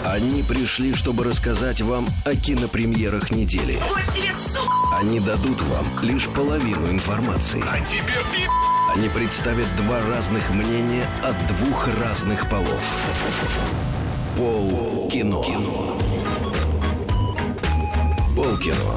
Они пришли, чтобы рассказать вам о кинопремьерах недели. Вот тебе, сука! Они дадут вам лишь половину информации. А тебе пи***! Они представят два разных мнения от двух разных полов. Полкино. Полкино.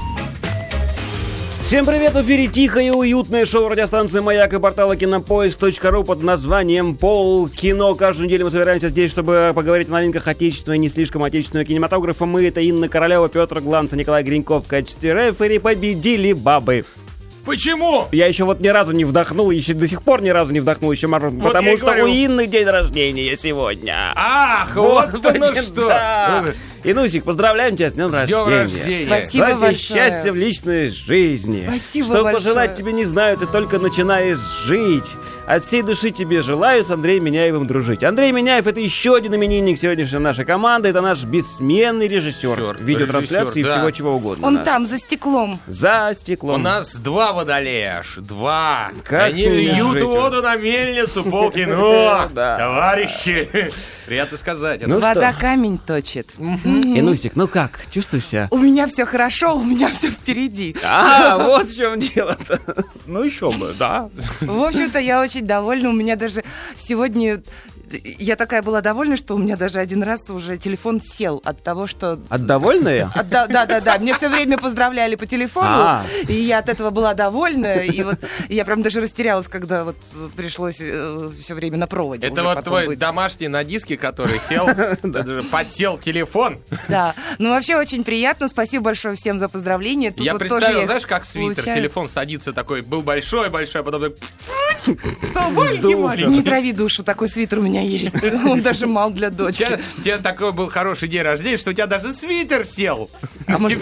Всем привет, в эфире тихое и уютное шоу радиостанции «Маяк» и портала кинопоиск.ру под названием «Полкино». Каждую неделю мы собираемся здесь, чтобы поговорить о новинках отечественного и не слишком отечественного кинематографа. Мы — это Инна Королева, Петр Гланц и Николай Гриньков в качестве рефери. Победили бабы. Почему? Я еще вот ни разу не вдохнул, еще до сих пор ни разу не вдохнул еще мороз, вот потому что говорю. У Инны день рождения сегодня. Ах, вот оно что. Да. Инусик, поздравляем тебя с днем рождения. Спасибо большое. Счастья в личной жизни. Спасибо Что большое. пожелать тебе не знаю, ты только начинаешь жить. От всей души тебе желаю с Андреем Миняевым дружить. Андрей Миняев — это еще один именинник сегодняшней нашей команды. Это наш бессменный режиссер видеотрансляции и всего чего угодно. Он там, за стеклом. За стеклом. У нас два водолея аж. Два. Как они льют воду на мельницу, полкино. Товарищи. Приятно сказать. Вода камень точит. Инусик, ну как? Чувствуешь себя? У меня все хорошо, у меня все впереди. Вот в чем дело-то. Ну еще бы, да. В общем-то, я очень довольна. У меня даже сегодня... Я такая была довольна, что у меня даже один раз уже телефон сел от того, что... От довольная? Да. Мне все время поздравляли по телефону, и я от этого была довольна. И вот я прям даже растерялась, когда вот пришлось все время на проводе. Это вот твой домашний на диске, который сел, подсел телефон. Да. Ну, вообще очень приятно. Спасибо большое всем за поздравления. Я представил, знаешь, как свитер, телефон садится такой, был большой-большой, а потом так... Стал маленький. Не трави душу, такой свитер у меня есть. Он даже мал для дочки. У тебя такой был хороший день рождения, что у тебя даже свитер сел. А может,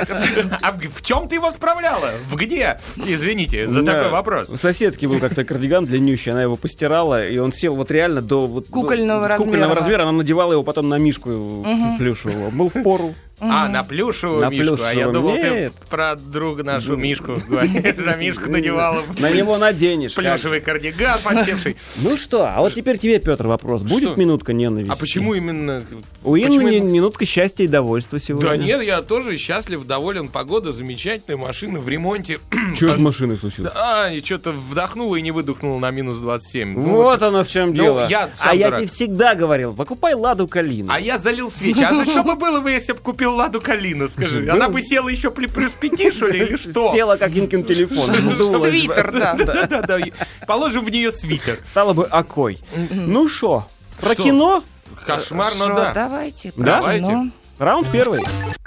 А в чем ты его справляла? В где? Извините за такой вопрос. У соседки был как-то кардиган длиннющий, она его постирала, и он сел вот реально до кукольного размера. Она надевала его потом на мишку плюшевого. Был впору. На плюшевую мишку. А я думал, ты про друга нашу Мишку говоришь. На Мишку надевала. На него наденешь. Плюшевый кардиган подсевший. Ну что, а вот теперь тебе, Петр, вопрос. Будет минутка ненависти? А почему именно... У Инны минутка счастья и довольства сегодня. Да нет, я тоже счастлив, доволен. Погода замечательная, машина в ремонте. Что с машиной случилось? И что-то вдохнуло и не выдохнуло на минус 27. Вот оно в чем дело. Я тебе всегда говорил, покупай Ладу Калину. А я залил свечи. А что бы было бы, если бы купил Ладу Калину, скажи? Она бы села еще плюс 5, что ли, или что? Села, как Инкин телефон. Свитер, да. Положим в нее свитер. Стало бы окой. Ну шо, про кино? Кошмар, но да. Давайте. Давайте. Раунд первый.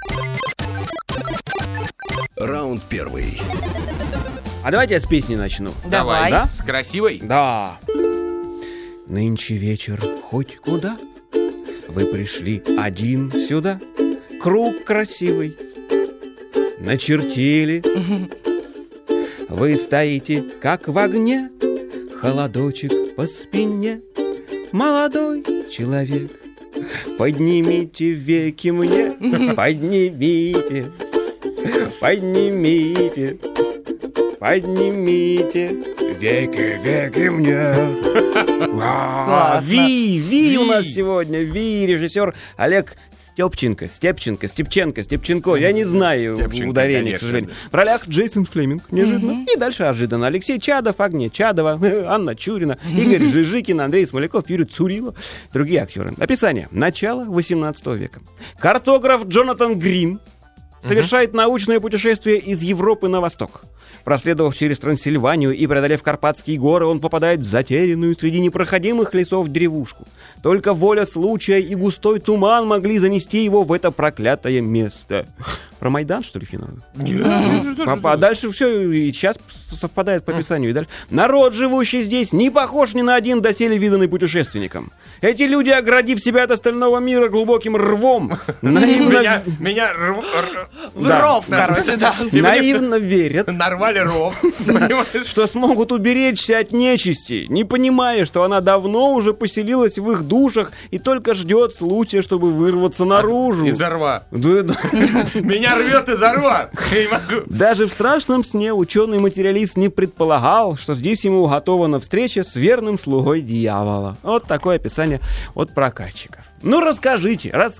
Раунд первый. А давайте я с песни начну. Давай. Да? С красивой? Да. Нынче вечер хоть куда, вы пришли один сюда. Круг красивый начертили. Вы стоите, как в огне, холодочек по спине. Молодой человек, поднимите веки мне. Поднимите, поднимите, поднимите веки мне. Ви у нас сегодня. Ви, режиссер Олег Степченко, я не знаю ударения, к сожалению. В ролях Джейсон Флеминг, неожиданно. И дальше ожиданно. Алексей Чадов, Агния Чадова, Анна Чурина, Игорь Жижикин, Андрей Смоляков, Юрий Цурилов, другие актеры. Описание. Начало 18 века. Картограф Джонатан Грин совершает научное путешествие из Европы на восток. Проследовав через Трансильванию и преодолев Карпатские горы, он попадает в затерянную среди непроходимых лесов деревушку. Только воля случая и густой туман могли занести его в это проклятое место. Про Майдан, что ли, фильм? А дальше все и сейчас совпадает по описанию. И дальше. Народ, живущий здесь, не похож ни на один доселе виданный путешественником. Эти люди, оградив себя от остального мира глубоким рвом, наивно... Меня ров, короче, да. Наивно верят, нарвали ров, что смогут уберечься от нечисти, не понимая, что она давно уже поселилась в их душах и только ждет случая, чтобы вырваться наружу. Из рва. Да. Меня Меня рвет и зарвет. Я не могу. Даже в страшном сне ученый-материалист не предполагал, что здесь ему уготована встреча с верным слугой дьявола. Вот такое описание от прокатчиков. Ну, расскажите. Как?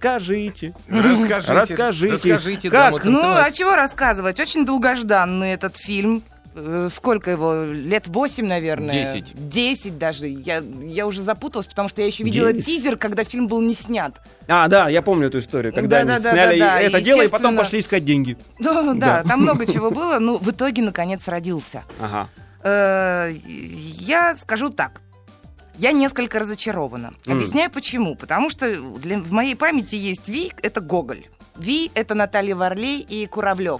Ну, а чего рассказывать? Очень долгожданный этот фильм. Сколько его? Лет 8, наверное. 10 даже. Я уже запуталась, потому что я еще видела тизер, когда фильм был не снят. Да, я помню эту историю, когда они сняли это дело и потом пошли искать деньги. Да, там много чего было, но в итоге, наконец, родился. Ага. Я скажу так. Я несколько разочарована. Объясняю почему. Потому что в моей памяти есть Ви, это Гоголь. Ви, это Наталья Варлей и Куравлев.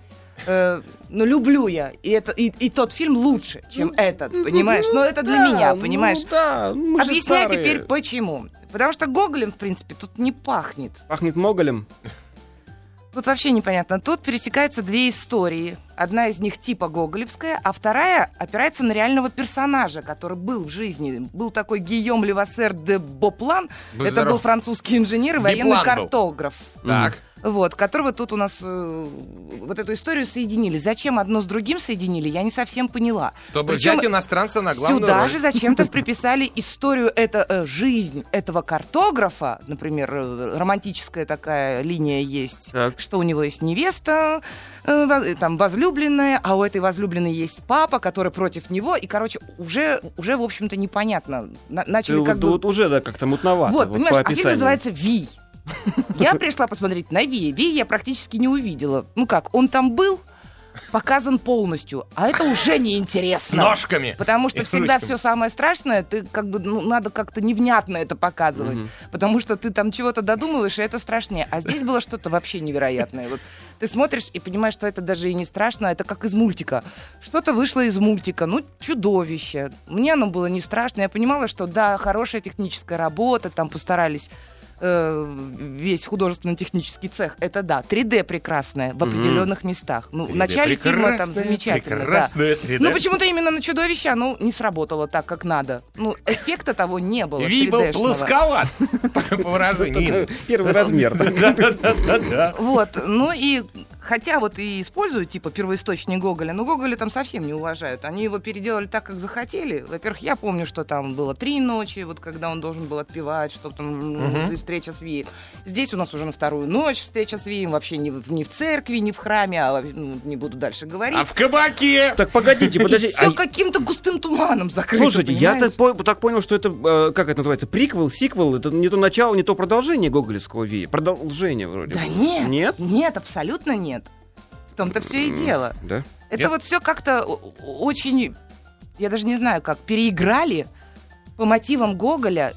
Ну, люблю я. И тот фильм лучше, чем этот, понимаешь? Но это для меня, понимаешь? Объясняю теперь почему. Потому что Гоголем, в принципе, тут не пахнет. Пахнет Моголем? Тут вообще непонятно. Тут пересекаются две истории. Одна из них типа гоголевская, а вторая опирается на реального персонажа, который был в жизни. Был такой Гийом Левассер де Боплан. Это был французский инженер и военный картограф. Так. Вот, которого тут у нас вот эту историю соединили. Зачем одно с другим соединили, я не совсем поняла. Чтобы взять иностранца на главную сюда роль. же зачем-то приписали историю, жизнь этого картографа. Например, романтическая такая линия есть, что у него есть невеста, там возлюбленная, а у этой возлюбленной есть папа, который против него. И, короче, уже в общем-то, непонятно. Начали вот уже как-то мутновато. Вот, понимаешь, а фильм называется «Ви». Я пришла посмотреть на Ви. Ви я практически не увидела. Ну как, он там был, показан полностью, а это уже неинтересно. С ножками. Потому что всегда все самое страшное, ты надо как-то невнятно это показывать. Потому что ты там чего-то додумываешь, и это страшнее. А здесь было что-то вообще невероятное. Вот ты смотришь и понимаешь, что это даже и не страшно, это как из мультика. Что-то вышло из мультика, чудовище. Мне оно было не страшно. Я понимала, что да, хорошая техническая работа, там постарались весь художественно-технический цех, это да, 3D прекрасное в определенных местах. В начале фильма там замечательно. Прекрасное 3D. Но почему-то именно на чудовище оно не сработало так, как надо. Эффекта того не было. Ви был плосковат, по выражению. Первый размер. Вот, и хотя и используют типа первоисточник Гоголя, но Гоголя там совсем не уважают. Они его переделали так, как захотели. Во-первых, я помню, что там было 3 ночи, когда он должен был отпевать, что там встреча с Вием. Здесь у нас уже на 2-ю ночь встреча с Вием, вообще не в церкви, не в храме, не буду дальше говорить. А в кабаке! Так, погодите. Все каким-то густым туманом закрыто. Слушайте, я так понял, что это, как это называется, приквел, сиквел, это не то начало, не то продолжение гоголевского Вия. Продолжение вроде. Да нет. Нет, абсолютно нет. В том-то все и дело. Да? Это все как-то очень, я даже не знаю как, переиграли по мотивам Гоголя.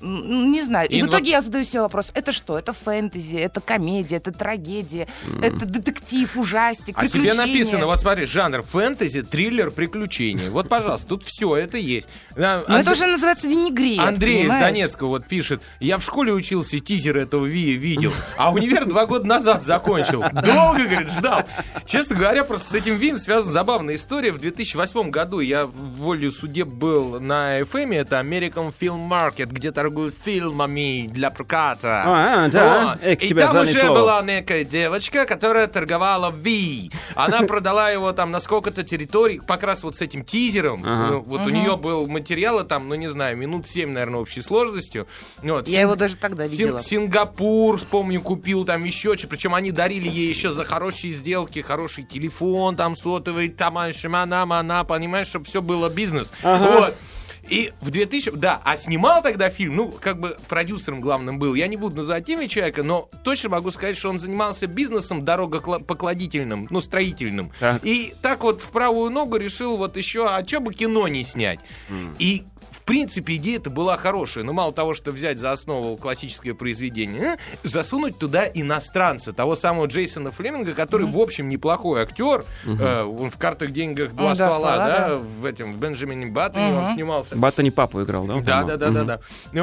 Не знаю. И в итоге я задаю себе вопрос, это что? Это фэнтези, это комедия, это трагедия, это детектив, ужастик, приключения. А тебе написано, вот смотри, жанр фэнтези, триллер, приключения. Вот, пожалуйста, тут все это есть. Это уже называется винегрет. Андрей из Донецка пишет, я в школе учился, тизер этого Вия видел, а универ 2 года назад закончил. Долго, говорит, ждал. Честно говоря, просто с этим Вием связана забавная история. В 2008 году я волею судеб был на FM, это American Film Market, где торгуют фильмами для проката. Да. И там уже была некая девочка, которая торговала Ви. Она продала его там на сколько-то территорий, как раз с этим тизером. У нее был материал там, не знаю, минут 7, наверное, общей сложностью. Я его даже тогда видела. Сингапур, помню, купил там еще что. Причем они дарили ей еще за хорошие сделки, хороший телефон, там сотовый, там она, понимаешь, чтобы все было бизнес. Вот. И в 2000... Да, а снимал тогда фильм, продюсером главным был. Я не буду называть имя человека, но точно могу сказать, что он занимался бизнесом дорогопокладительным, строительным. Так. И так в правую ногу решил еще, а что бы кино не снять? И в принципе, идея-то была хорошая. Но мало того, что взять за основу классическое произведение, засунуть туда иностранца, того самого Джейсона Флеминга, который, в общем, неплохой актер. Он в «Картах, деньгах, 2 ствола», да? В Бенджамине Баттоне он снимался. Баттони папу играл, да? Да.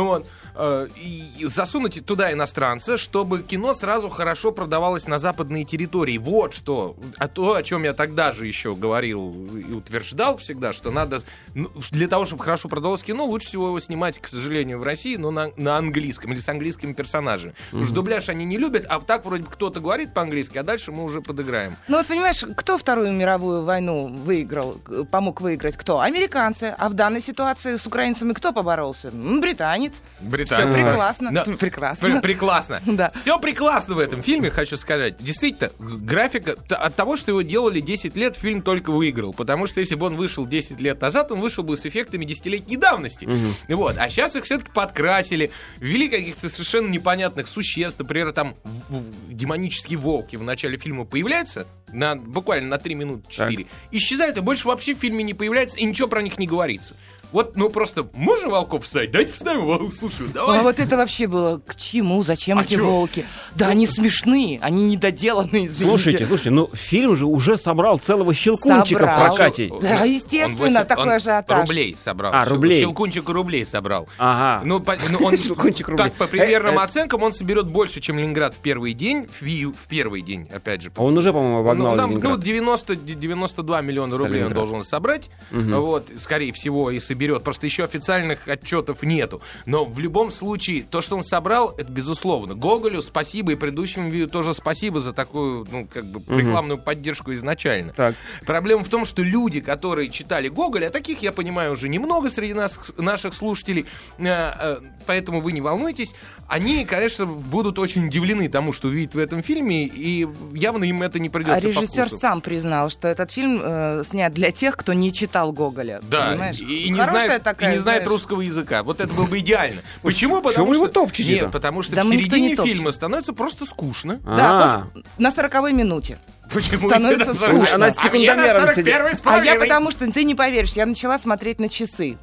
И засунуть туда иностранца, чтобы кино сразу хорошо продавалось на западные территории. Вот что. А то, о чем я тогда же еще говорил и утверждал всегда, что надо для того, чтобы хорошо продавалось кино, кино лучше всего его снимать, к сожалению, в России, но на английском или с английскими персонажами. Потому что дубляж они не любят, а так вроде бы кто-то говорит по-английски, а дальше мы уже подыграем. Ну вот понимаешь, кто Вторую мировую войну помог выиграть? Кто? Американцы. А в данной ситуации с украинцами кто поборолся? Британец. Все прекрасно. Да. Прекрасно. Прекрасно. Да. Все прекрасно в этом фильме, хочу сказать. Действительно, графика от того, что его делали 10 лет, фильм только выиграл. Потому что если бы он вышел 10 лет назад, он вышел бы с эффектами 10-летней давности. Вот. А сейчас их все-таки подкрасили, ввели каких-то совершенно непонятных существ. Например, там демонические волки в начале фильма появляются, буквально на 3 минуты 4, так. Исчезают, и больше вообще в фильме не появляются, и ничего про них не говорится. Вот, ну просто можно волков вставить? Дайте вставим, слушаю, давай. А вот это вообще было к чему? Зачем эти волки? Да они смешные, они недоделанные, извините. Слушайте, ну фильм же уже собрал целого Щелкунчика в прокате. Да, естественно, такой ажиотаж. Рублей собрал. Рублей. Щелкунчик рублей собрал. Ага. Ну, он, так, по примерным оценкам, он соберет больше, чем Ленинград в первый день. В первый день, опять же. Он уже, по-моему, обогнал Ленинград. 92 миллиона рублей он должен собрать. Вот, скорее всего, и соберет. Просто еще официальных отчетов нету. Но в любом случае, то, что он собрал, это безусловно. Гоголю спасибо, и предыдущему видео тоже спасибо за такую, ну, как бы, рекламную поддержку изначально. Так. Проблема в том, что люди, которые читали Гоголя, а таких, я понимаю, уже немного среди наших слушателей, поэтому вы не волнуйтесь, они, конечно, будут очень удивлены тому, что увидят в этом фильме, и явно им это не придется по вкусу. А режиссер сам признал, что этот фильм снят для тех, кто не читал Гоголя. Да, понимаешь? И не знает русского языка. Вот это было бы идеально. Почему? Потому что... его топчете? Нет, потому что в середине фильма становится просто скучно. Да, на 40-й минуте. Почему? Становится скучно. Она с секундомером сидит. А я потому что, ты не поверишь, я начала смотреть на часы.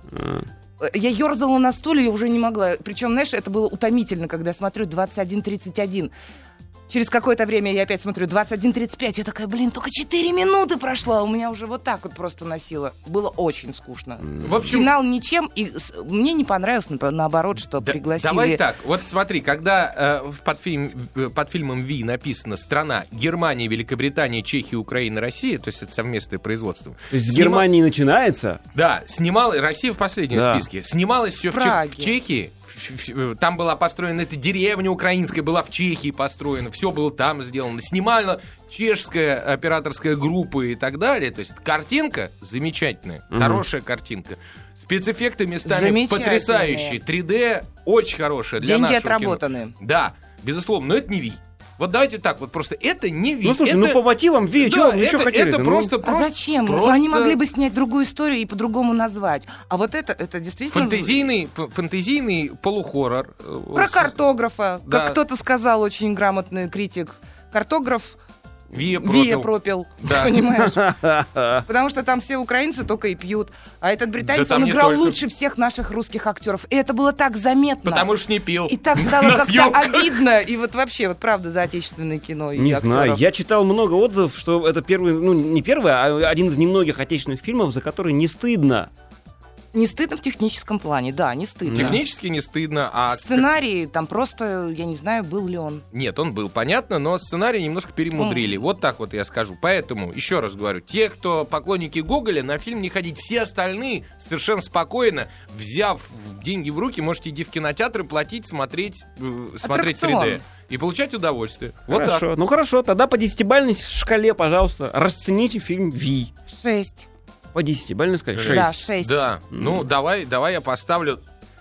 Я ерзала на стуле, я уже не могла. Причем, знаешь, это было утомительно, когда я смотрю 21:31. Через какое-то время я опять смотрю 21:35. Я такая, только 4 минуты прошло, а у меня уже вот так вот просто носило. Было очень скучно. В общем, финал ничем, и мне не понравилось, наоборот, что пригласили... Давай так, вот смотри, когда под фильмом «Ви» написано «Страна Германия, Великобритания, Чехия, Украина, Россия», то есть это совместное производство. То есть с Германии начинается? Да, Россия в последнем списке. Снималось все в Чехии. Там была построена эта деревня украинская, была в Чехии построена, все было там сделано. Снимала чешская операторская группа и так далее. То есть картинка замечательная, хорошая картинка. Спецэффекты местами потрясающие. 3D очень хорошая для нашего кино. Деньги отработаны. Да, безусловно, но это не Ви. Вот давайте так, вот просто это не Ви. Ну слушай, по мотивам Ви, что вы еще хотели? Это просто... А зачем? Они могли бы снять другую историю и по-другому назвать. А вот это действительно... Фэнтезийный полухоррор. Про картографа. Да. Как кто-то сказал, очень грамотный критик. Картограф Вия пропил, да. Понимаешь? Потому что там все украинцы только и пьют. А этот британец, он играл лучше всех наших русских актеров. И это было так заметно. Потому что не пил. И так стало как-то обидно. И вот вообще, вот правда, за отечественное кино и не актеров. знаю, я читал много отзывов, что это первый, не первый, а один из немногих отечественных фильмов, за который не стыдно. Не стыдно в техническом плане, да, не стыдно. Технически не стыдно, а... Сценарий там просто, я не знаю, был ли он. Нет, он был, понятно, но сценарий немножко перемудрили. Вот так вот я скажу. Поэтому, еще раз говорю, те, кто поклонники Гоголя, на фильм не ходить. Все остальные совершенно спокойно, взяв деньги в руки, можете идти в кинотеатры, платить, смотреть 3D. И получать удовольствие. Хорошо. Вот так. Ну хорошо, тогда по 10-бальной шкале, пожалуйста, расцените фильм «Ви». 6. По 10-бальной шкале? 6. Да, 6. Да, ну давай я поставлю...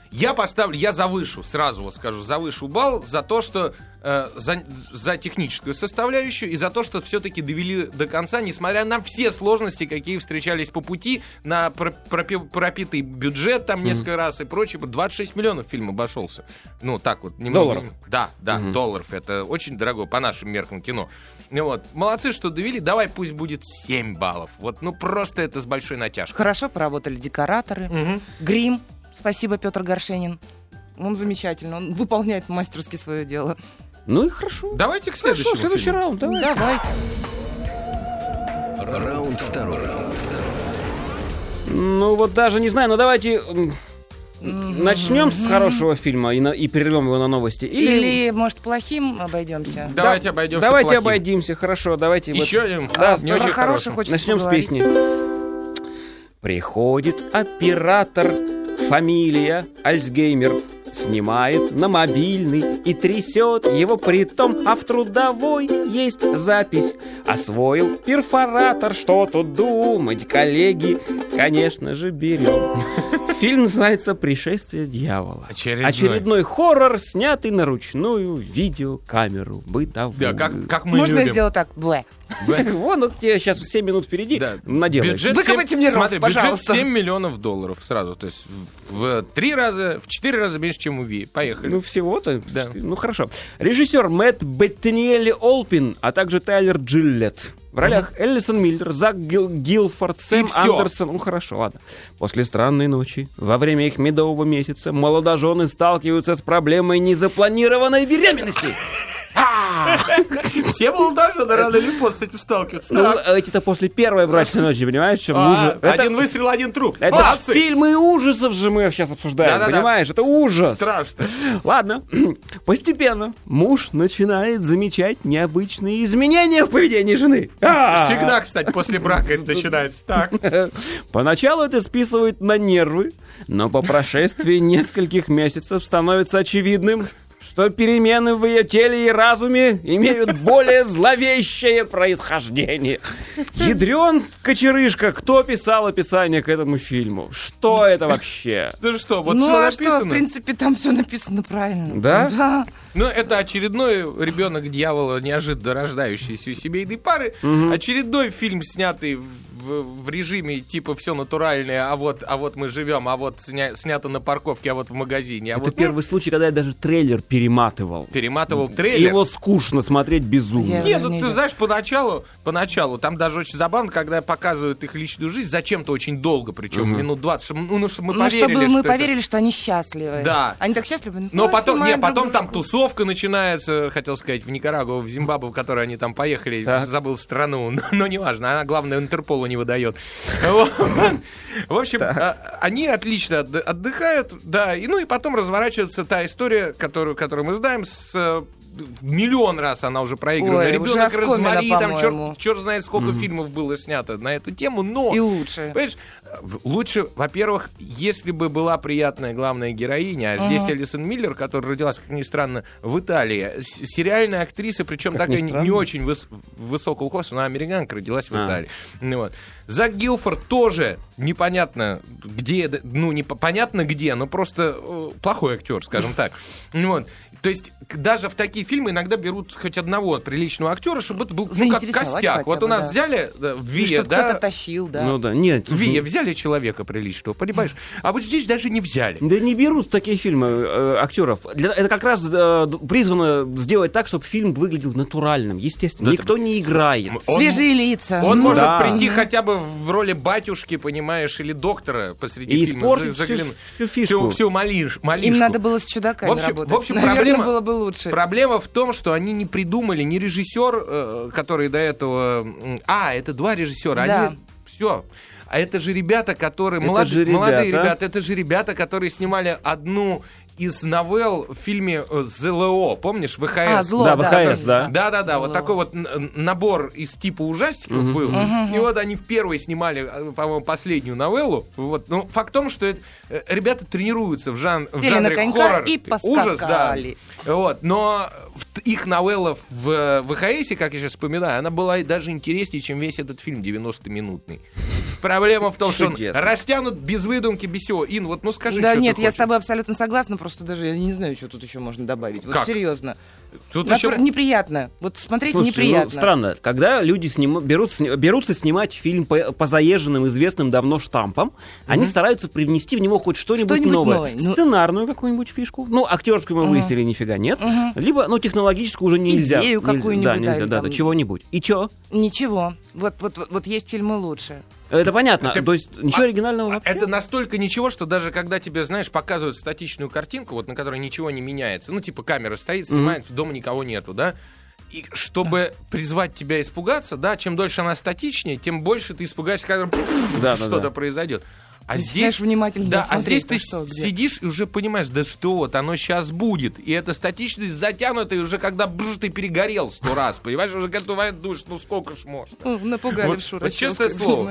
Я завышу, сразу вот скажу, завышу балл за то, что за техническую составляющую и за то, что все-таки довели до конца, несмотря на все сложности, какие встречались по пути, на пропитый бюджет там несколько раз и прочее. 26 миллионов фильм обошелся. Ну, так вот. Долларов? Да, долларов. Это очень дорого по нашим меркам кино. Вот. Молодцы, что довели. Давай пусть будет 7 баллов. Вот, ну, просто это с большой натяжкой. Хорошо поработали декораторы. Грим. Спасибо, Петр Горшенин. Он замечательно. Он выполняет мастерски свое дело. Ну и хорошо. Давайте к следующему. Следующий раунд. Давайте. Раунд второй. Ну вот даже не знаю, но давайте начнем с хорошего фильма и прервем его на новости. Или может, плохим обойдемся? Давайте обойдемся. Давайте обойдемся, хорошо. Давайте еще не очень хороший. Начнем с песни. Приходит оператор фамилия Альцгеймер. Снимает на мобильный и трясет его притом, а в трудовой есть запись. Освоил перфоратор, что тут думать, коллеги, конечно же, берем. Фильм называется «Пришествие дьявола». Очередной хоррор, снятый на ручную видеокамеру бытовую. Да, как мы Можно любим. сделать так, блэ. Вон, вот тебе сейчас 7 минут впереди, Да. наделаешь. Выкопайте мне рот, бюджет пожалуйста. $7 миллионов сразу. То есть в 4 раза меньше, чем у Ви. Поехали. Ну, всего-то. Да. Ну, хорошо. Режиссер Мэтт Беттиниэлли Олпин, а также Тайлер Джилетт. В ролях Эллисон Миллер, Зак Гилфорд, Сэм всё. Андерсон. Ну, хорошо, ладно. После странной ночи, во время их медового месяца, молодожены сталкиваются с проблемой незапланированной беременности. Все молодожены рано или поздно с этим сталкиваются. Ну, эти-то после первой брачной ночи, понимаешь, чем мужа. Один выстрел, один труп. Это Молодцы. фильмы ужасов же мы сейчас обсуждаем, Да-да-да. понимаешь? Это ужас. Страшно. Ладно. Постепенно муж начинает замечать необычные изменения в поведении жены. Всегда, кстати, после брака это начинается так. Поначалу это списывает на нервы, но по прошествии нескольких месяцев становится очевидным, что перемены в ее теле и разуме имеют более зловещее происхождение. Ядрен кочерышка, кто писал описание к этому фильму? Что это вообще? Ну что, вот Ну, что а что, в написано? принципе, там все написано правильно. Да? Да. Ну, это очередной ребенок дьявола, неожиданно рождающийся у семейной пары. Очередной фильм, снятый в режиме типа все натуральное, а вот мы живем, а вот снято на парковке, а вот в магазине. А Это вот, первый случай, когда я даже трейлер перематывал. перематывал трейлер. Его скучно смотреть безумно. Я- Нет, ну не ты видел. знаешь, поначалу, там даже очень забавно, когда показывают их личную жизнь, зачем-то очень долго, причем минут 20, чтобы мы Ну, поверили, чтобы мы что это- поверили, что они счастливы. Да. Они так счастливы. Но ну, потом, снимаем потом друг там друга. тусовка начинается, хотел сказать, в Никарагуа, в Зимбабве, в которой они там поехали, Так. забыл страну, но неважно, она, главное, Интерполу не выдает. Вот. В общем, они отлично отдыхают, да, и, ну и потом разворачивается та история, которую мы знаем, с миллион раз она уже проиграна. Ой, Ребенок уже оскомина, Розмари, там по-моему. черт знает сколько фильмов было снято на эту тему, но... И лучше. Понимаешь, лучше, во-первых, если бы была приятная главная героиня, а здесь Эллисон Миллер, которая родилась, как ни странно, в Италии, сериальная актриса, причем Как так ни и странно. не очень высокого класса, она американка, родилась в Италии. Ну вот. Зак Гилфорд тоже непонятно где, ну, непонятно где, но просто плохой актер, скажем так. Ну вот. То есть даже в такие фильмы иногда берут хоть одного приличного актера, чтобы это был как Заинтересовать костяк. хотя Вот бы, у нас да. взяли в И Вие, чтоб да, кто-то тащил, да. Ну да, нет. Вия взяли человека приличного, понимаешь? А вот здесь даже не взяли. Да не берут в такие фильмы актеров. Это как раз призвано сделать так, чтобы фильм выглядел натуральным, естественно. Да Никто не играет. Свежие лица. Он может Да. прийти хотя бы в роли батюшки, понимаешь, или доктора посреди И фильма. испортить заглянуть. всю фишку. Всю малишку. Им надо было с чудаками В общем, работать. в общем, Наверное, проблема- было бы лучше. Проблема в том, что они не придумали, ни режиссер, который до этого... это два режиссера. Да. Они... Все. А это же ребята, которые... Это молодые же ребята. ребята. Это же ребята, которые снимали одну из новелл в фильме «ЗЛО». Помнишь? ВХС. Зло, Да, ВХС, тоже, да. Да-да-да, вот такой вот набор из типа ужастиков был. И вот они в первой снимали, по-моему, последнюю новеллу. Вот. Ну, факт в том, что ребята тренируются в Сели на жанре конька хоррор. и Ужас, да. поскакали. Вот. Но их новелла в ВХСе, как я сейчас вспоминаю, она была даже интереснее, чем весь этот фильм 90-минутный. Проблема в том, что он Чудесно. растянут без выдумки, без всего. Ин, вот, ну скажи, Да что нет, ты я хочешь. с тобой абсолютно согласна, просто даже я не знаю, что тут еще можно добавить. Вот Как? серьезно. Тут Да, еще... неприятно. Вот смотреть Слушайте, неприятно. ну, странно, когда люди берутся снимать фильм по заезженным, известным давно штампам, они стараются привнести в него хоть что-нибудь Что-нибудь новое. новое. Ну- Сценарную какую-нибудь фишку. Ну, актерскую мы выяснили, нифига нет. Либо, ну, технологическую уже нельзя. Идею Нельзя, какую-нибудь, Да, да, нельзя, или да, там- чего-нибудь. И чё? Ничего. Вот есть фильмы лучше. Это понятно. Это- То есть ничего оригинального вообще? Это настолько ничего, что даже когда тебе, знаешь, показывают статичную картинку, вот на которой ничего не меняется, ну, типа камера стоит, снимает, дома никого нету, да, и чтобы призвать тебя испугаться, да, чем дольше она статичнее, тем больше ты испугаешься, когда Да, что-то да. произойдет. А Начинаешь здесь, внимательно да, а смотреть, здесь ты что, где. сидишь и уже понимаешь, да что вот, оно сейчас будет. И эта статичность затянута, и уже когда ты перегорел 100 раз, понимаешь, уже к этому думаешь, ну сколько ж можно. Напугали Вот- в Шура. вот честное слово.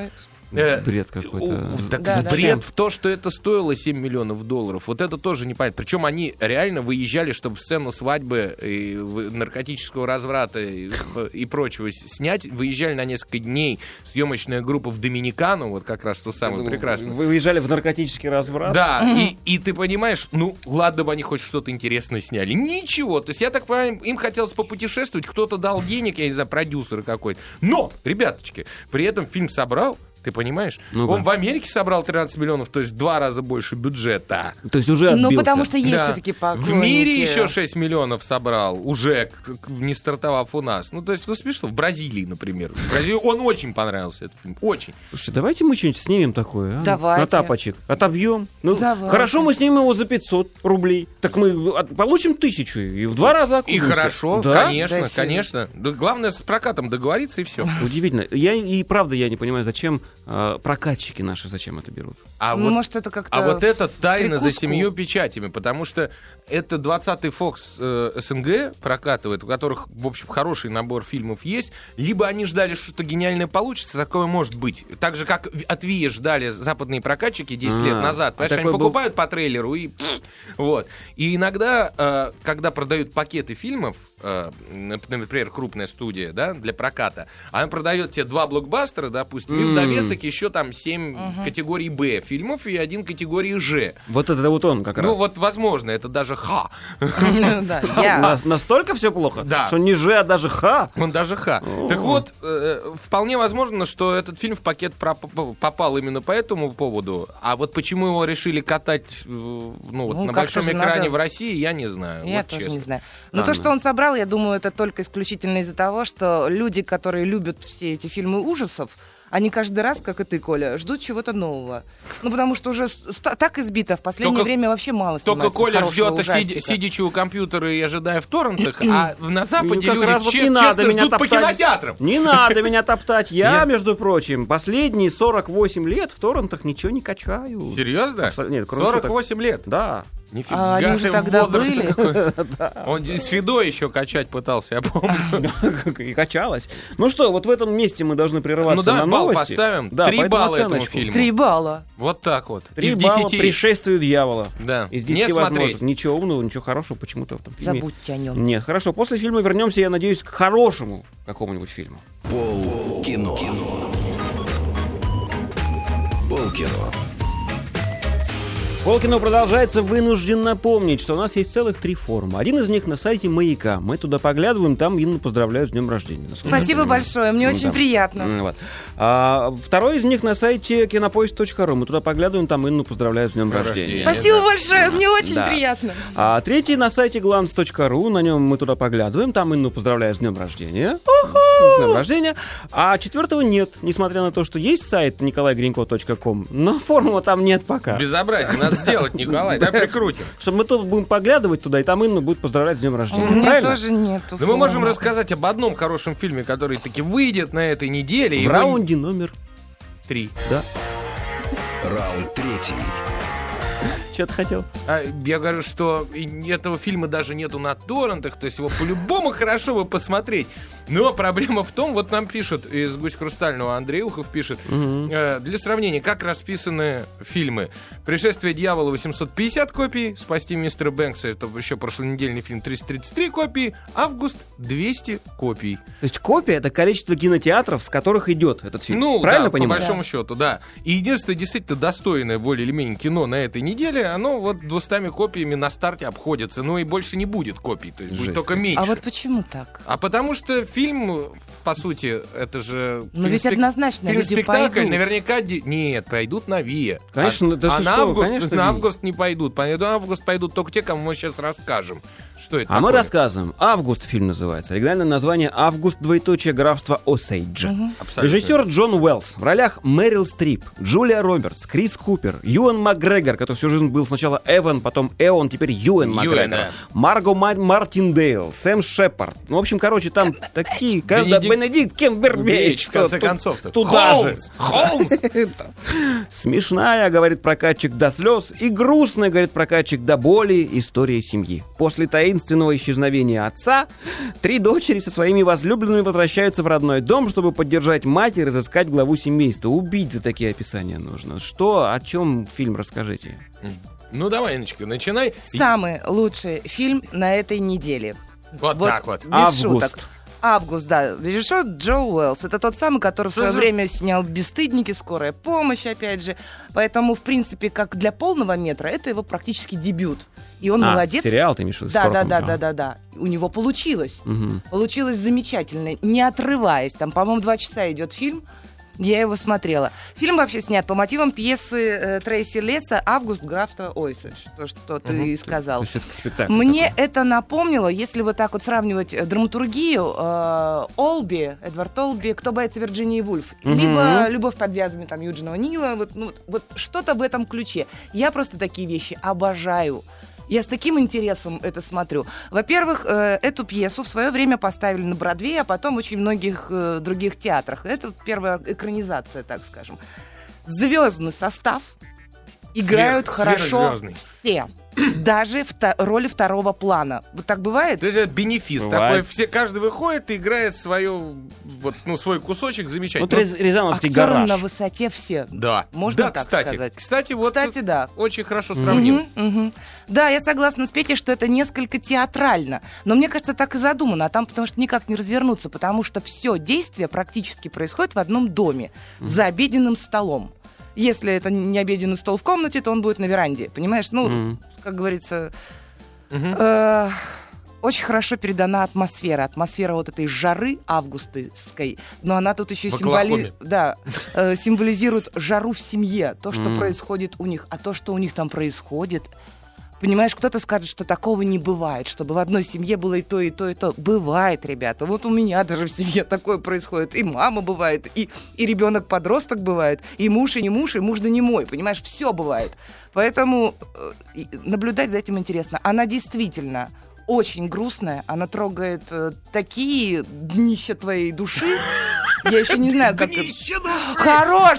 Бред какой-то. Бред в то, что это стоило $7 миллионов. Вот это тоже непонятно. Причем они реально выезжали, чтобы сцену свадьбы и наркотического разврата и прочего снять. Выезжали на несколько дней. Съемочная группа в Доминикану, вот как раз то самое прекрасное. Вы выезжали в наркотический разврат? Да, и ты понимаешь, ну, ладно бы они хоть что-то интересное сняли. Ничего. То есть, я так понимаю, им хотелось попутешествовать, кто-то дал денег, я не знаю, продюсер какой-то. Но, ребяточки, при этом фильм собрал, ты понимаешь? Он в Америке собрал 13 миллионов, то есть 2 раза больше бюджета. То есть уже отбился. Ну, потому что есть все-таки поклонники. В мире еще 6 миллионов собрал, уже не стартовав у нас. Ну, то есть, ну, смешно. В Бразилии, например. В Бразилии он очень понравился, этот фильм. Очень. Слушайте, давайте мы что-нибудь снимем такое, а? Давайте. На тапочек. Отобьем. Ну, давайте. Хорошо, мы снимем его за 500 рублей. Так мы получим 1000 и в 2 раза окупимся. И хорошо, да? конечно, конечно. Главное, с прокатом договориться, и все. Удивительно. Правда, я не понимаю, зачем прокатчики наши, зачем это берут. Может, это как-то... А вот это тайна за 7 печатями, потому что это 20-й Fox СНГ прокатывает, у которых, в общем, хороший набор фильмов есть. Либо они ждали, что что-то гениальное получится, такое может быть. Так же, как от Вия ждали западные прокатчики 10 лет назад. Понимаешь, они покупают по трейлеру и... Вот. И иногда, когда продают пакеты фильмов, например, крупная студия, да, для проката, она продает тебе 2 блокбастера, допустим, и в довесок еще там 7 категорий Б фильмов и 1 категории Ж. Вот это вот он как раз. Ну вот, возможно, это даже Х. Настолько все плохо? Да. Что не Ж, а даже Х? Он даже Х. Так вот, вполне возможно, что этот фильм в пакет попал именно по этому поводу. А вот почему его решили катать на большом экране в России, я не знаю. Я тоже не знаю. Но то, что он собрал, я думаю, это только исключительно из-за того, что люди, которые любят все эти фильмы ужасов, они каждый раз, как и ты, Коля, ждут чего-то нового. Ну, потому что уже так избито в последнее время вообще мало снимается. Только Коля ждет, сидячи у компьютера и ожидая в торрентах, а на Западе люди честно ждут по кинотеатрам. Не надо меня топтать. Я, между прочим, последние 48 лет в торрентах ничего не качаю. Серьезно? Нет, 48 лет? Да. Нифига, они уже тогда были. Он с Фидо еще качать пытался, я помню. И качалась. Ну что, вот в этом месте мы должны прерываться на новости. Балл поставим. 3 балла этому фильму. 3 балла. Вот так вот. 3 балла «Пришествию дьявола». Да. Из 10 возможных. Ничего умного, ничего хорошего почему-то в этом фильме. Забудьте о нем. Нет, хорошо. После фильма вернемся, я надеюсь, к хорошему какому-нибудь фильму. Полкино. Полкино. Полкино продолжается. Вынужден напомнить, что у нас есть целых 3 форума. Один из них на сайте Маяка. Мы туда поглядываем, там Инну поздравляют с днем рождения. Спасибо большое, мне очень приятно. Вот. Второй из них на сайте кинопоиск.ру. Мы туда поглядываем, там Инну поздравляют с днем рождения. Спасибо большое, мне очень приятно. Третий на сайте glance.ru. На нем мы туда поглядываем, там Инну поздравляют с днем рождения. С днем рождения. А 4-го нет, несмотря на то, что есть сайт николайгринько.ком, но форума там нет пока. Безобразие, надо сделать, Николай, да, прикрутим. Чтобы мы тут будем поглядывать туда, и там Инна будет поздравлять с днем рождения. У меня тоже нету. Но мы можем рассказать об одном хорошем фильме, который таки выйдет на этой неделе. В раунде номер 3. Да. Раунд 3. Что ты хотел? Я говорю, что этого фильма даже нету на торрентах, то есть его по-любому хорошо бы посмотреть. Но проблема в том, вот нам пишут из «Гусь хрустального», Андрей Ухов пишет, для сравнения, как расписаны фильмы. «Пришествие дьявола» 850 копий, «Спасти мистера Бэнкса», это еще прошлонедельный фильм, 333 копии, «Август» 200 копий. То есть копия — это количество кинотеатров, в которых идет этот фильм. Ну, правильно да, понимаю? по большому счету, да. И единственное действительно достойное более или менее кино на этой неделе, оно вот 200 копиями на старте обходится. Ну и больше не будет копий, то есть будет только меньше. А вот почему так? А потому что фильм, по сути, это же... Но ведь однозначно люди пойдут. Наверняка... Нет, пойдут на Виа. Конечно, на август не пойдут. На август пойдут только те, кому мы сейчас расскажем. Что это такое? Мы рассказываем. «Август» фильм называется. Оригинальное название «Август. Графство Осейдж». Режиссер Джон Уэллс. В ролях Мэрил Стрип, Джулия Робертс, Крис Купер, Юэн Макгрегор, который всю жизнь был был сначала Эван, потом Эон, теперь Юэн Макгрегор. да. Марго Мартиндейл, Сэм Шепард. Ну, в общем, короче, там такие... Бенедикт Камбербэтч. В конце концов-то. Туда же. Холмс! Смешная, говорит прокатчик, до слез, и грустная, говорит прокатчик, до боли история семьи. После таинственного исчезновения отца 3 дочери со своими возлюбленными возвращаются в родной дом, чтобы поддержать мать и разыскать главу семейства. Убить за такие описания нужно. Что, о чем фильм, расскажите? Ну, давай, Инночка, начинай. Самый лучший фильм на этой неделе. Вот так вот. Без Август. шуток. Август, да. Режиссер Джо Уэллс. Это тот самый, который в свое время снял «Бесстыдники», «Скорая помощь», опять же. Поэтому, в принципе, как для полного метра, это его практически дебют. И он молодец. Сериал ты имеешь в виду? Да. У него получилось. Угу. Получилось замечательно, не отрываясь. Там, по-моему, 2 часа идет фильм. Я его смотрела. Фильм вообще снят по мотивам пьесы Трейси Летца «Август графства Освальд», то, что ты сказал. Мне это напомнило, если вот так вот сравнивать драматургию, Эдвард Олби, «Кто боится Вирджинии Вульф», либо «Любовь под вязами» там, Юджина О'Нила, вот что-то в этом ключе. Я просто такие вещи обожаю. Я с таким интересом это смотрю. Во-первых, эту пьесу в свое время поставили на Бродвее, а потом в очень многих других театрах. Это первая экранизация, так скажем. Звездный состав. Играют хорошо все. Даже роли второго плана. Вот так бывает? То есть это бенефис такой. Каждый выходит и играет свой кусочек замечательно. Вот Рязановский актеры гараж. на высоте все. Да. Можно да, так сказать? Кстати, да. Очень хорошо сравнил. Да, я согласна с Петей, что это несколько театрально. Но мне кажется, так и задумано. А там потому что никак не развернуться, потому что все действие практически происходит в одном доме. За обеденным столом. Если это не обеденный стол в комнате, то он будет на веранде. Понимаешь? Как говорится, очень хорошо передана атмосфера. Атмосфера вот этой жары августовской. Но она тут еще символизирует жару в семье. То, что происходит у них. А то, что у них там происходит... Понимаешь, кто-то скажет, что такого не бывает, чтобы в одной семье было и то, и то, и то. Бывает, ребята. Вот у меня даже в семье такое происходит. И мама бывает, и ребенок-подросток бывает, и муж, и муж да не мой. Понимаешь, все бывает. Поэтому наблюдать за этим интересно. Она действительно очень грустная. Она трогает такие днища твоей души. Я еще не знаю, как... Хорош!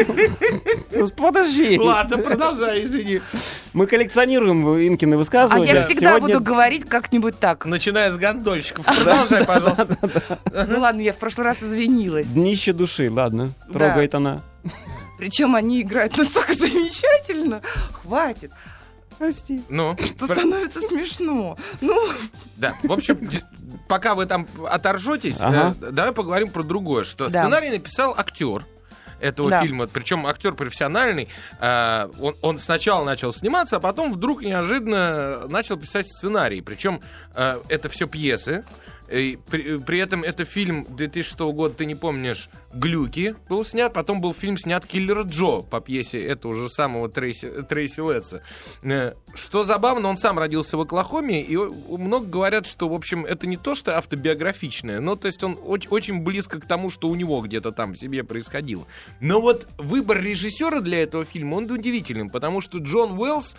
Подожди. Ладно, продолжай, извини. Мы коллекционируем Инкины высказывания. А я всегда буду говорить как-нибудь так. Начиная с гондольщиков. Продолжай, пожалуйста. Ну ладно, я в прошлый раз извинилась. Днище души, ладно. Трогает она. Причем они играют настолько замечательно. Хватит. Прости. Что становится смешно. Да, в общем, пока вы там оторжетесь, давай поговорим про другое. Что сценарий написал актер этого фильма, причем актер профессиональный. Он сначала начал сниматься, а потом вдруг неожиданно начал писать сценарий. Причем это все пьесы. И при этом это фильм 2006 года, ты не помнишь, «Глюки» был снят, потом был фильм снят «Киллер Джо» по пьесе этого же самого Трейси Летца. Что забавно, он сам родился в Оклахоме, и много говорят, что, в общем, это не то, что автобиографичное, но, то есть он очень близко к тому, что у него где-то там в семье происходило. Но вот выбор режиссера для этого фильма, он удивительным, потому что Джон Уэллс,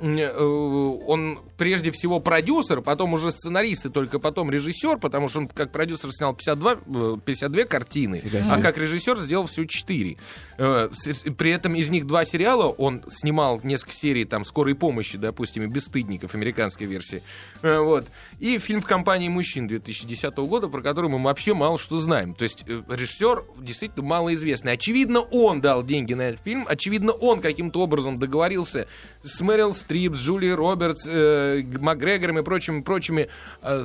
он прежде всего продюсер, потом уже сценарист и только потом режиссер, потому что он как продюсер снял 52 картины, а как режиссер сделал всего 4. При этом из них 2 сериала, он снимал несколько серий там «Скорой помощи», допустим, и «Бесстыдников», американской версии. Вот. И фильм «В компании мужчин» 2010 года, про который мы вообще мало что знаем. То есть режиссер действительно малоизвестный. Очевидно, он дал деньги на этот фильм, очевидно, он каким-то образом договорился с Мэрил Стрип, с Джулией Робертс, Макгрегором и прочими о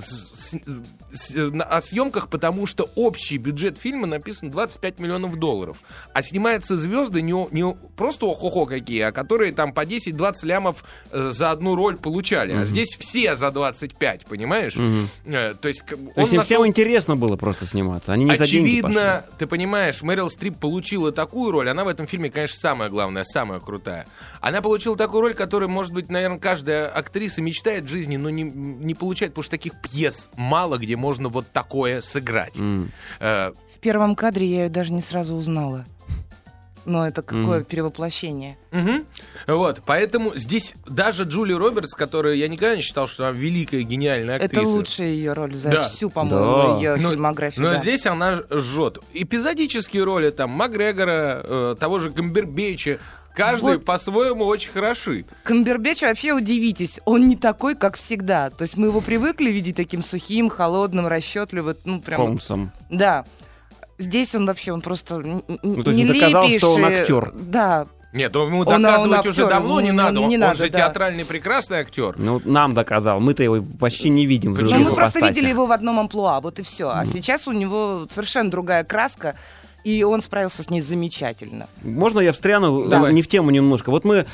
съемках, потому что общий бюджет фильма написан $25 миллионов. А снимаются звезды не просто охо-хо какие, а которые там по 10-20 лямов за одну роль получали. А здесь все за 25, понимаешь? То есть им всем интересно было просто сниматься, они не за деньги пошли. Очевидно, ты понимаешь, Мэрил Стрип получила такую роль, она в этом фильме, конечно, самая главная, самая крутая. Она получила такую роль, которую, может быть, наверное, каждая актриса мечтает в жизни, но не получает, потому что таких пьес мало, где можно вот такое сыграть. В первом кадре я ее даже не сразу узнала. Но это какое перевоплощение. Вот, поэтому здесь даже Джули Робертс, которую я никогда не считал, что она великая, гениальная актриса. Это лучшая ее роль за всю, по-моему, ее фильмографию. Но здесь она жжет. Эпизодические роли, там, Макгрегора, того же Камбербэтча, каждый по-своему очень хороши. Камбербэтч вообще, удивитесь, он не такой, как всегда. То есть мы его привыкли видеть таким сухим, холодным, расчетливым. Ну, прям Холмсом. Да. Здесь он вообще, он просто то есть он доказал, что он актер. Да. Нет, ему доказывать он уже актер, давно не надо. Не он надо, же театральный прекрасный актер. Ну, нам доказал. Мы-то его почти не видим. Ну, мы просто видели его в одном амплуа, вот и все. А сейчас у него совершенно другая краска. И он справился с ней замечательно. Можно я встряну? Давай. Не в тему немножко. Вот мы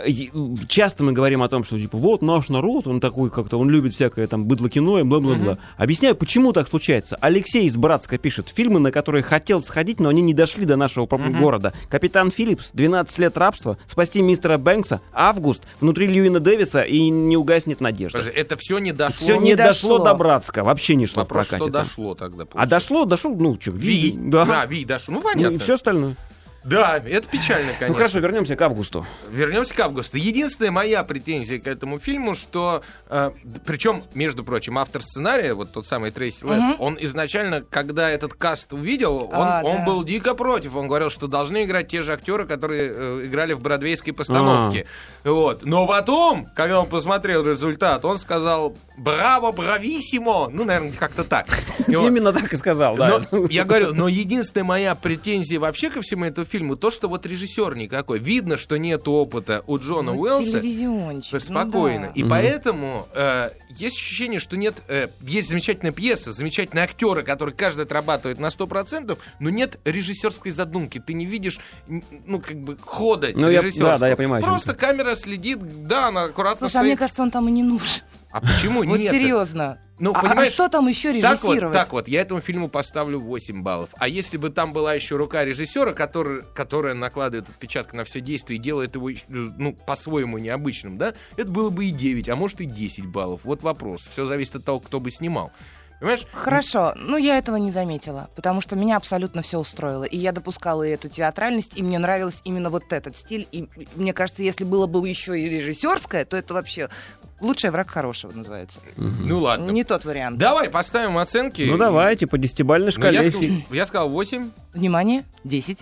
часто мы говорим о том, что типа вот наш народ, он такой как-то, он любит всякое там быдло-кино и бла-бла-бла. Объясняю, почему так случается. Алексей из Братска пишет: фильмы, на которые хотел сходить, но они не дошли до нашего города. «Капитан Филлипс», «12 лет рабства», «Спасти мистера Бэнкса», «Август», «Внутри Льюина Дэвиса» и «Не угаснет надежда». Подожди, это все не дошло? Все не дошло до Братска, вообще не шло в прокате. Что дошло тогда? А дошло, ну что, Ви. Да, Ви дошло. Ну, понятно. И все остальное. Да, это печально, конечно. Ну хорошо, вернемся к августу. Вернемся к августу. Единственная моя претензия к этому фильму, что... причем, между прочим, автор сценария, вот тот самый Трейси Летс, он изначально, когда этот каст увидел, он был дико против. Он говорил, что должны играть те же актеры, которые играли в бродвейской постановке. Вот. Но потом, когда он посмотрел результат, он сказал: «Браво, брависсимо!» Ну, наверное, как-то так. Именно так и сказал, да. Я говорю, но единственная моя претензия вообще ко всему этому фильму, то, что вот режиссер никакой. Видно, что нет опыта у Джона Уэллса. Телевизиончик. Спокойно. И поэтому есть ощущение, что нет... есть замечательная пьеса, замечательные актеры, которые каждый отрабатывает на 100%, но нет режиссерской задумки. Ты не видишь, ну, как бы, хода режиссерского. Да, я понимаю. Просто камера следит, да, она аккуратно Слушай, стоит. а мне кажется, он там и не нужен. А почему нет? Вот серьезно. Ну, а что там еще режиссировать? Так вот, я этому фильму поставлю 8 баллов. А если бы там была еще рука режиссера, которая накладывает отпечаток на все действие и делает его, ну, по-своему необычным, да, это было бы и 9, а может и 10 баллов. Вот вопрос. Все зависит от того, кто бы снимал. Понимаешь? Хорошо, ну я этого не заметила, потому что меня абсолютно все устроило. И я допускала и эту театральность, и мне нравился именно вот этот стиль. И мне кажется, если было бы еще и режиссерское, то это вообще лучший враг хорошего называется. Ну ладно. Не тот вариант. Давай поставим оценки. Ну давайте, по 10-бальной шкале. Я сказал 8. Внимание, 10.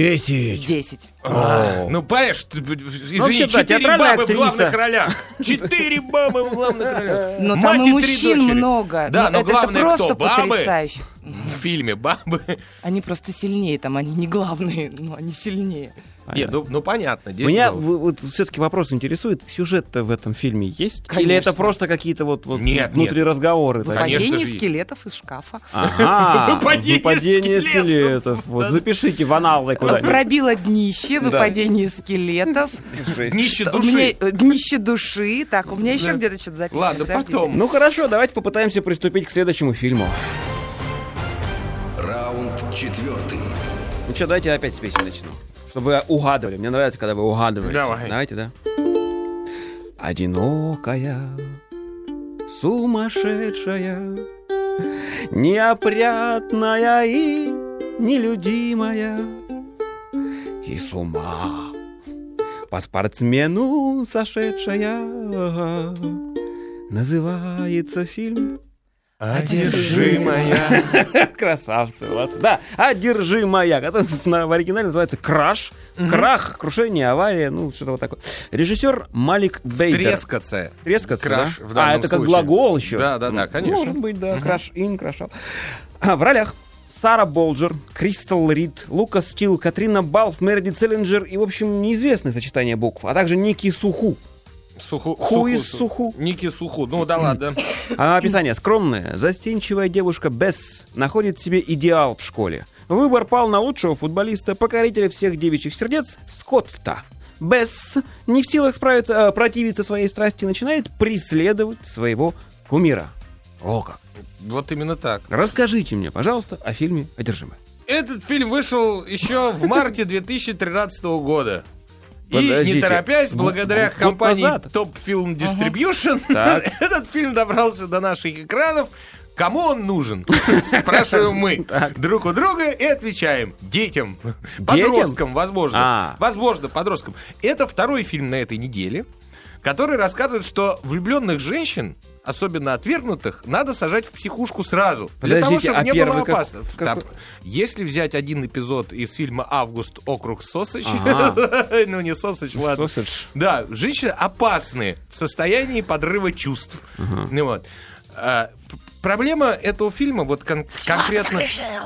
10. Ну, понимаешь, извини, 4 бабы в главных ролях. 4 бабы в главных ролях. Но там и мужчин много. Да, но главное это просто кто? Бабы? Потрясающе. В фильме бабы. Они просто сильнее, там они не главные, но они сильнее. Нет, ну понятно. Меня вот все-таки вопрос интересует, сюжет-то в этом фильме есть? Конечно. Или это просто какие-то вот внутри разговоры? Выпадение скелетов из шкафа. Ага, выпадение скелетов. Вот запишите в аналы куда-нибудь. Пробило днище, выпадение скелетов. Днище души. Днище души. Так, у меня еще где-то что-то записано. Ладно, потом. Ну хорошо, давайте попытаемся приступить к следующему фильму. Раунд 4. Ну что, давайте опять с песни начну. Чтобы вы угадывали. Мне нравится, когда вы угадываете. Давайте, да? Одинокая, сумасшедшая, неопрятная и нелюдимая, и с ума по спортсмену сошедшая, называется фильм «Одержимая». Красавцы, молодцы. Да, «Одержимая», который в оригинале называется «Краш». Крах, крушение, авария, ну, что-то вот такое. Режиссер Малик Бейдер. Трескаться. Трескаться, Краш, да? Это как глагол еще. Да, конечно. Может быть, да, краш-ин, крашал. В ролях Сара Болджер, Кристал Рид, Лукас Стил, Катрина Балф, Мередит Селлинджер и, в общем, неизвестное сочетание букв, а также Ники Суху. Суху. Ники Суху. Ну да ладно. Описание. Скромная, застенчивая девушка Бесс находит себе идеал в школе. Выбор пал на лучшего футболиста, покорителя всех девичьих сердец, Скотта. Бесс, не в силах противиться своей страсти, начинает преследовать своего кумира. О как. Вот именно так. Расскажите мне, пожалуйста, о фильме «Одержимая». Этот фильм вышел еще в марте 2013 года. Подождите. И не торопясь, благодаря компании назад. Top Film Distribution, этот фильм добрался до наших экранов Кому он нужен? Спрашиваем мы друг у друга и отвечаем. Детям. Подросткам, возможно. Возможно, подросткам. Это второй фильм на этой неделе, который рассказывает, что влюбленных женщин, особенно отвергнутых, надо сажать в психушку сразу. Для того, чтобы не было опасно. Если взять один эпизод из фильма «Август. Округ Сосач», ну не Сосач, ладно. Да, женщины опасны в состоянии подрыва чувств. Проблема этого фильма, вот конкретно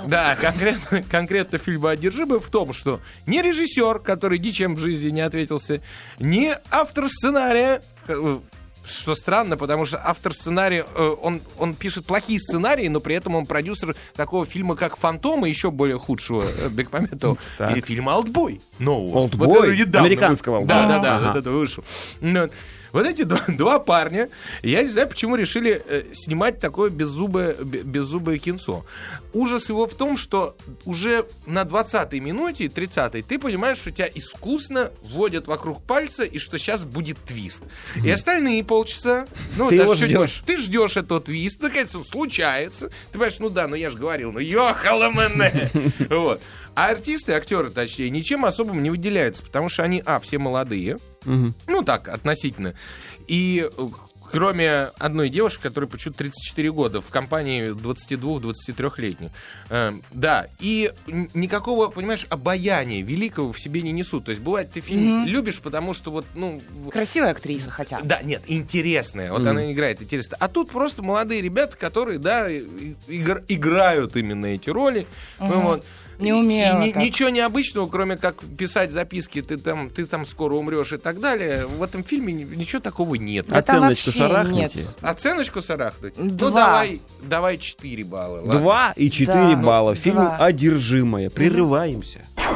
фильма «Одержимый» в том, что ни режиссер, который ничем в жизни не ответился, ни автор сценария, что странно, потому что автор сценария, он пишет плохие сценарии, но при этом он продюсер такого фильма, как «Фантом», и еще более худшего Бекмамбетова, и фильма «Олдбой» нового. «Олдбой»? Американского «Олдбой». Да, вот это вышел. Вот эти два парня, я не знаю, почему решили снимать такое беззубое кинцо. Ужас его в том, что уже на 20-й минуте, 30-й, ты понимаешь, что тебя искусно вводят вокруг пальца, и что сейчас будет твист. И остальные полчаса... ты его ждешь. Ты ждешь этого твиста, наконец он случается. Ты понимаешь, я же говорил, ёхала-мэне. Вот. А артисты, актеры, точнее, ничем особым не выделяются, потому что они, все молодые, так, относительно, и кроме одной девушки, которой почему-то 34 года, в компании 22-23-летних. Да, и никакого, понимаешь, обаяния великого в себе не несут. То есть бывает, ты фильм любишь, потому что красивая актриса хотя бы. Да, нет, интересная. Вот она играет интересно. А тут просто молодые ребята, которые, играют именно эти роли. Не умела. Ничего необычного, кроме как писать записки, ты там скоро умрешь и так далее. В этом фильме ничего такого нет. Оценочку шарахните. Оценочку шарахнуть? 2. Давай 4 балла. 2 и 4 балла. Фильм «Одержимая». Прерываемся.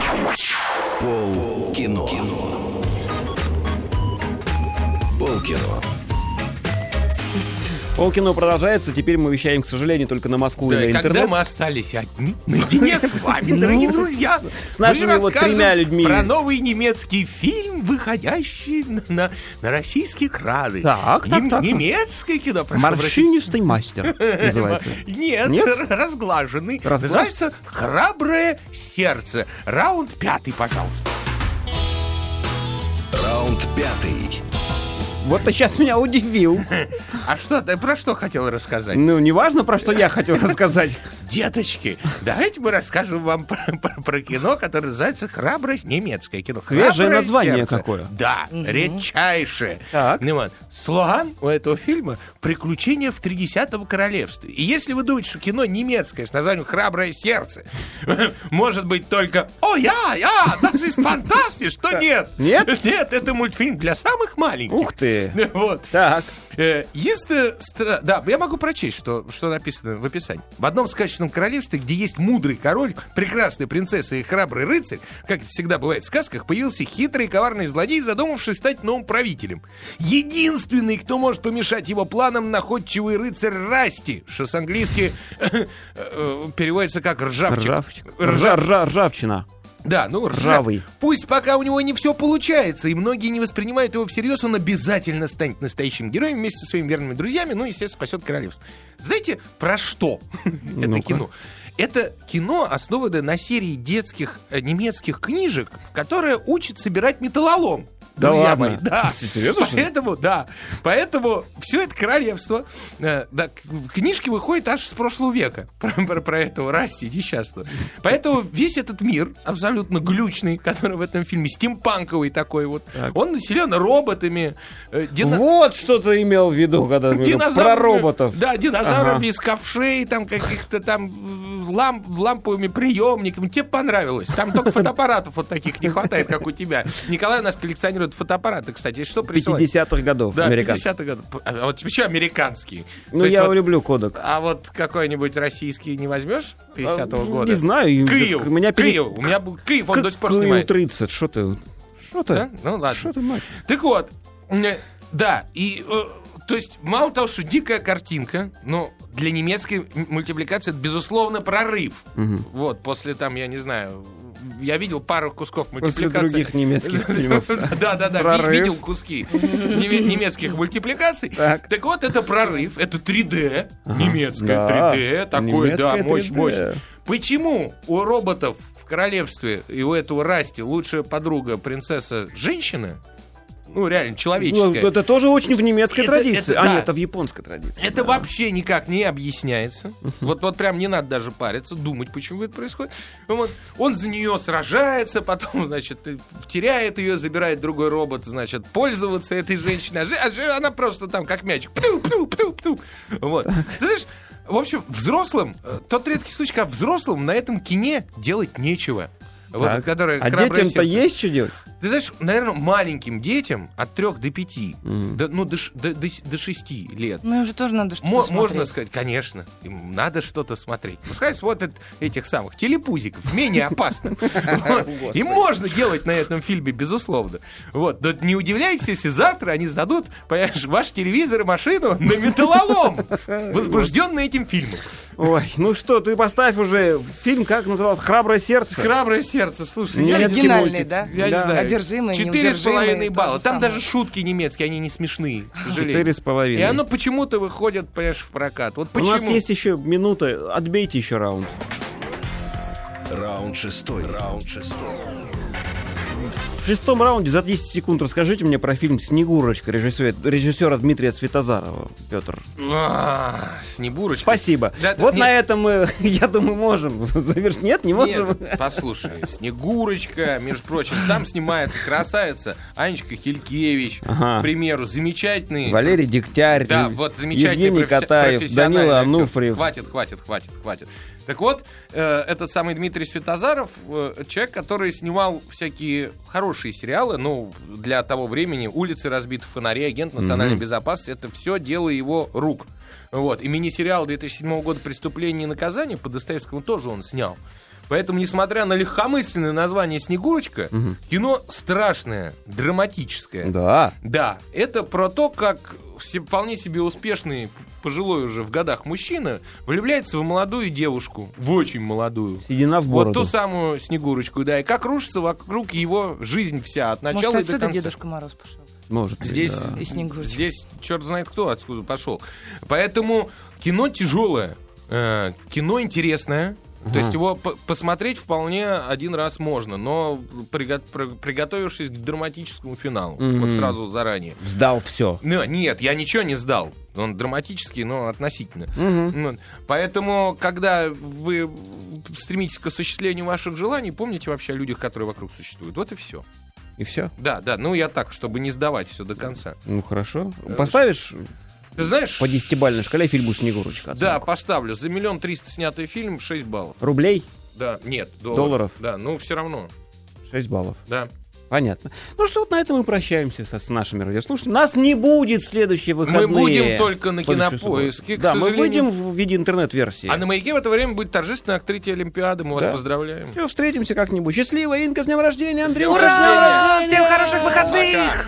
Полкино. Полкино. Полкино продолжается. Теперь мы вещаем, к сожалению, только на Москву и на интернет. Когда мы остались одни, наедине с вами, дорогие друзья, с нашими 3 людьми. Про новый немецкий фильм, выходящий на российские экраны. Так. Немецкое кино. «Морщинистый мастер» называется. Нет, разглаженный. Называется «Храброе сердце». Раунд 5, пожалуйста. Раунд 5. Вот ты сейчас меня удивил. А что ты про что хотел рассказать? Неважно, про что я хотел рассказать. Деточки, давайте мы расскажем вам про кино, которое называется «Храброе немецкое кино». Свежее название какое. Да, редчайшее. Так. Слоган у этого фильма «Приключения в 30-м королевстве». И если вы думаете, что кино немецкое с названием «Храброе сердце» может быть только das ist fantastisch, что нет. Нет? Нет, это мультфильм для самых маленьких. Ух ты. Вот. Так. Да, я могу прочесть, что написано в описании. В одном сказочном королевстве, где есть мудрый король, прекрасная принцесса и храбрый рыцарь, как это всегда бывает в сказках, появился хитрый и коварный злодей, задумавший стать новым правителем. Единственный, кто может помешать его планам, находчивый рыцарь Расти, что с английски переводится как ржавчина. Ржавчина. Да, ржавый. Пусть пока у него не все получается, и многие не воспринимают его всерьез, он обязательно станет настоящим героем вместе со своими верными друзьями, естественно, спасет королевство. Знаете, про что это кино? Это кино, основанное на серии детских немецких книжек, которая учит собирать металлолом. Да ладно? Мои. Да. Серьезно? Поэтому все это королевство, в книжке выходит аж с прошлого века про этого Расти несчастного. Поэтому весь этот мир, абсолютно глючный, который в этом фильме, стимпанковый такой вот, он населен роботами. Вот что ты имел в виду, когда про роботов. Да, динозаврами из ковшей, там каких-то там ламповыми приемниками. Тебе понравилось. Там только фотоаппаратов вот таких не хватает, как у тебя. Николай у нас коллекционирует фотоаппараты, кстати. Что присылать? 50-х годов. Да, 50-х годов. А вот почему американские? Я люблю кодек. А вот какой-нибудь российский не возьмешь 50-го года? Не знаю. Киев. У меня был Киев, он до сих пор снимает. Киев 30. Что ты? Да? Ну ладно. Что ты, мать? Так вот, да, и... То есть, мало того, что дикая картинка, но для немецкой мультипликации это, безусловно, прорыв. Вот, после, я не знаю, я видел пару кусков После мультипликации. других немецких фильмов. Да, видел куски немецких мультипликаций. Так вот, это прорыв, это 3D, немецкое 3D, такое, да, мощь. Почему у роботов в королевстве и у этого Расти лучшая подруга принцесса женщина? Ну, реально, человеческая. Это тоже очень в немецкой традиции. Нет, это в японской традиции. Это вообще никак не объясняется. Вот прям не надо даже париться, думать, почему это происходит. Вот. Он за нее сражается, потом, значит, теряет ее, забирает другой робот, значит, пользоваться этой женщиной. А она просто там, как мячик. Пту-пту-пту-пту. Вот. Ты знаешь, в общем, взрослым, тот редкий случай, когда взрослым на этом кине делать нечего. Вот, а детям-то есть что делать? Ты знаешь, наверное, маленьким детям от 3 до 5, до 6 лет. Ну, им же тоже надо что-то смотреть. Можно сказать, конечно, им надо что-то смотреть. Пускай смотрят этих самых телепузиков, менее опасно. Им можно делать на этом фильме, безусловно. Вот. Но не удивляйтесь, если завтра они сдадут, понимаешь, ваш телевизор и машину на металлолом, возбужденный этим фильмом. Ой, ну что, ты поставь уже фильм, как назывался, «Храброе сердце». «Храброе сердце», слушай. Оригинальный, да? Я не знаю. Одержимый, 4,5 балла. Там даже шутки немецкие, они не смешные, к сожалению. 4,5. И оно почему-то выходит, понимаешь, в прокат. Вот почему. У нас есть еще минута, отбейте еще раунд. Раунд 6. В 6-м раунде за 10 секунд расскажите мне про фильм «Снегурочка» режиссера Дмитрия Светозарова, Петр. Снегурочка. Спасибо. Вот на этом мы, я думаю, можем завершить. Нет, не можем? Нет, послушай, «Снегурочка», между прочим, там снимается красавица Анечка Хилькевич, к примеру, замечательный... Валерий Дегтярь, да, вот, замечательный Евгений Катаев, Данила Ануфриев. Хватит. Так вот, этот самый Дмитрий Светозаров, человек, который снимал всякие хорошие сериалы, ну, для того времени, «Улицы разбитых фонарей», «Агент национальной безопасности», это все дело его рук. Вот. И мини-сериал 2007 года «Преступление и наказание» по Достоевскому тоже он снял. Поэтому, несмотря на легкомысленное название «Снегурочка», кино страшное, драматическое. Да. Да, это про то, как вполне себе успешный, пожилой уже в годах мужчина влюбляется в молодую девушку, в очень молодую. Седина в бороду. Вот ту самую Снегурочку, да, и как рушится вокруг его жизнь вся, от начала Может, и до конца. Дедушка Мороз пошел? Может быть, здесь, да. И Снегурочка. Здесь черт знает кто откуда пошел. Поэтому кино тяжелое, кино интересное. То есть его посмотреть вполне один раз можно, но приготовившись к драматическому финалу, вот сразу заранее. Сдал все. Нет, я ничего не сдал. Он драматический, но относительно. Поэтому, когда вы стремитесь к осуществлению ваших желаний, помните вообще о людях, которые вокруг существуют. Вот и все. И все? Да, ну я так, чтобы не сдавать все до конца. Ну хорошо. Поставишь... Ты знаешь... По 10-бальной шкале фильму «Снегурочка». Оценку. Да, поставлю. За 1 300 000 снятый фильм 6 баллов. Рублей? Да, нет, долларов. Да, ну все равно. 6 баллов. Да. Понятно. Ну что, вот на этом мы прощаемся с нашими радиослушателями. Нас не будет в следующие выходные. Мы будем только на Кинопоиске, да, мы выйдем в виде интернет-версии. А на «Маяке» в это время будет торжественное открытие Олимпиады. Мы вас поздравляем. Все, встретимся как-нибудь. Счастливо, Инга, с днем рождения, Андрей. Ура! Всем хороших выходных!